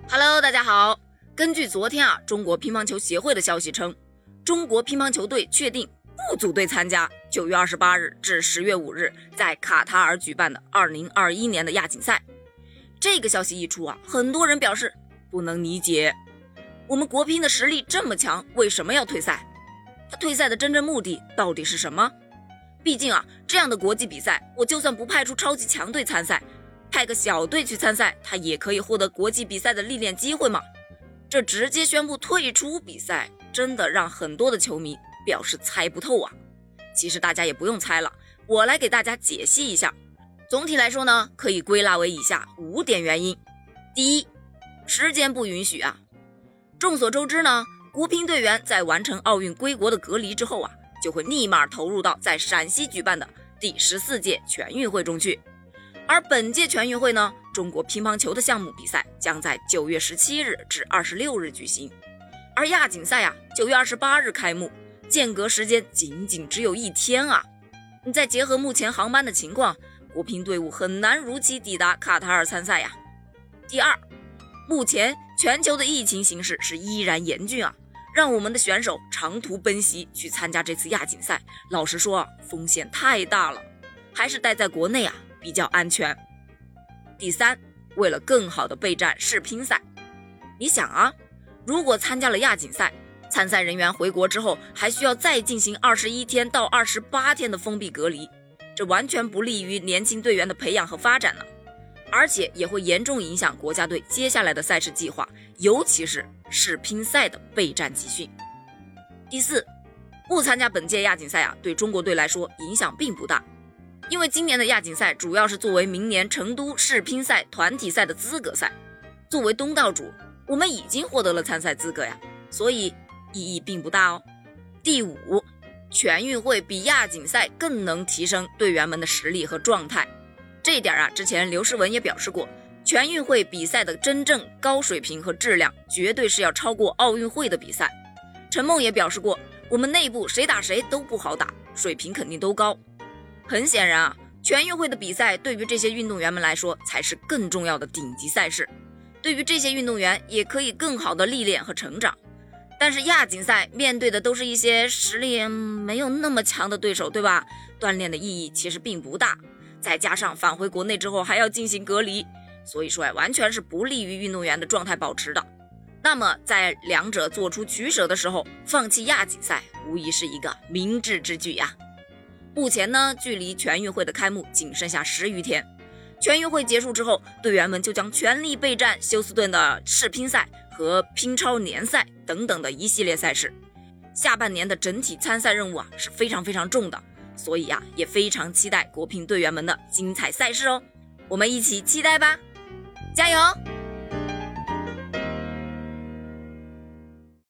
Hello， 大家好。根据昨天中国乒乓球协会的消息称，中国乒乓球队确定不组队参加9月28日至10月5日在卡塔尔举办的2021年的亚锦赛。这个消息一出很多人表示不能理解，我们国乒的实力这么强，为什么要退赛？他退赛的真正目的到底是什么？毕竟这样的国际比赛，我就算不派出超级强队参赛，派个小队去参赛，他也可以获得国际比赛的历练机会嘛。这直接宣布退出比赛，真的让很多的球迷表示猜不透其实大家也不用猜了，我来给大家解析一下。总体来说呢，可以归纳为以下5点原因。第一，时间不允许众所周知呢，国乒队员在完成奥运归国的隔离之后就会立马投入到在陕西举办的第14届全运会中去。而本届全运会呢，中国乒乓球的项目比赛将在9月17日至26日举行，而亚锦赛9月28日开幕，间隔时间仅仅只有1天你再结合目前航班的情况，国乒队伍很难如期抵达卡塔尔参赛第二，目前全球的疫情形势是依然严峻让我们的选手长途奔袭去参加这次亚锦赛，老实说风险太大了，还是待在国内比较安全。第三，为了更好的备战世乒赛。你想如果参加了亚锦赛，参赛人员回国之后还需要再进行21天到28天的封闭隔离，这完全不利于年轻队员的培养和发展而且也会严重影响国家队接下来的赛事计划，尤其是世乒赛的备战集训。第四，不参加本届亚锦赛对中国队来说影响并不大，因为今年的亚锦赛主要是作为明年成都世乒赛团体赛的资格赛，作为东道主，我们已经获得了参赛资格所以意义并不大第五，全运会比亚锦赛更能提升队员们的实力和状态。这一点之前刘诗雯也表示过，全运会比赛的真正高水平和质量绝对是要超过奥运会的比赛。陈梦也表示过，我们内部谁打谁都不好打，水平肯定都高。很显然全运会的比赛对于这些运动员们来说才是更重要的顶级赛事，对于这些运动员也可以更好的历练和成长。但是亚锦赛面对的都是一些实力没有那么强的对手，对吧？锻炼的意义其实并不大，再加上返回国内之后还要进行隔离，所以说完全是不利于运动员的状态保持的。那么在两者做出取舍的时候，放弃亚锦赛无疑是一个明智之举目前呢，距离全运会的开幕仅剩下10余天，全运会结束之后，队员们就将全力备战休斯顿的世乒赛和乒超联赛等等的一系列赛事。下半年的整体参赛任务是非常非常重的，所以也非常期待国乒队员们的精彩赛事我们一起期待吧，加油！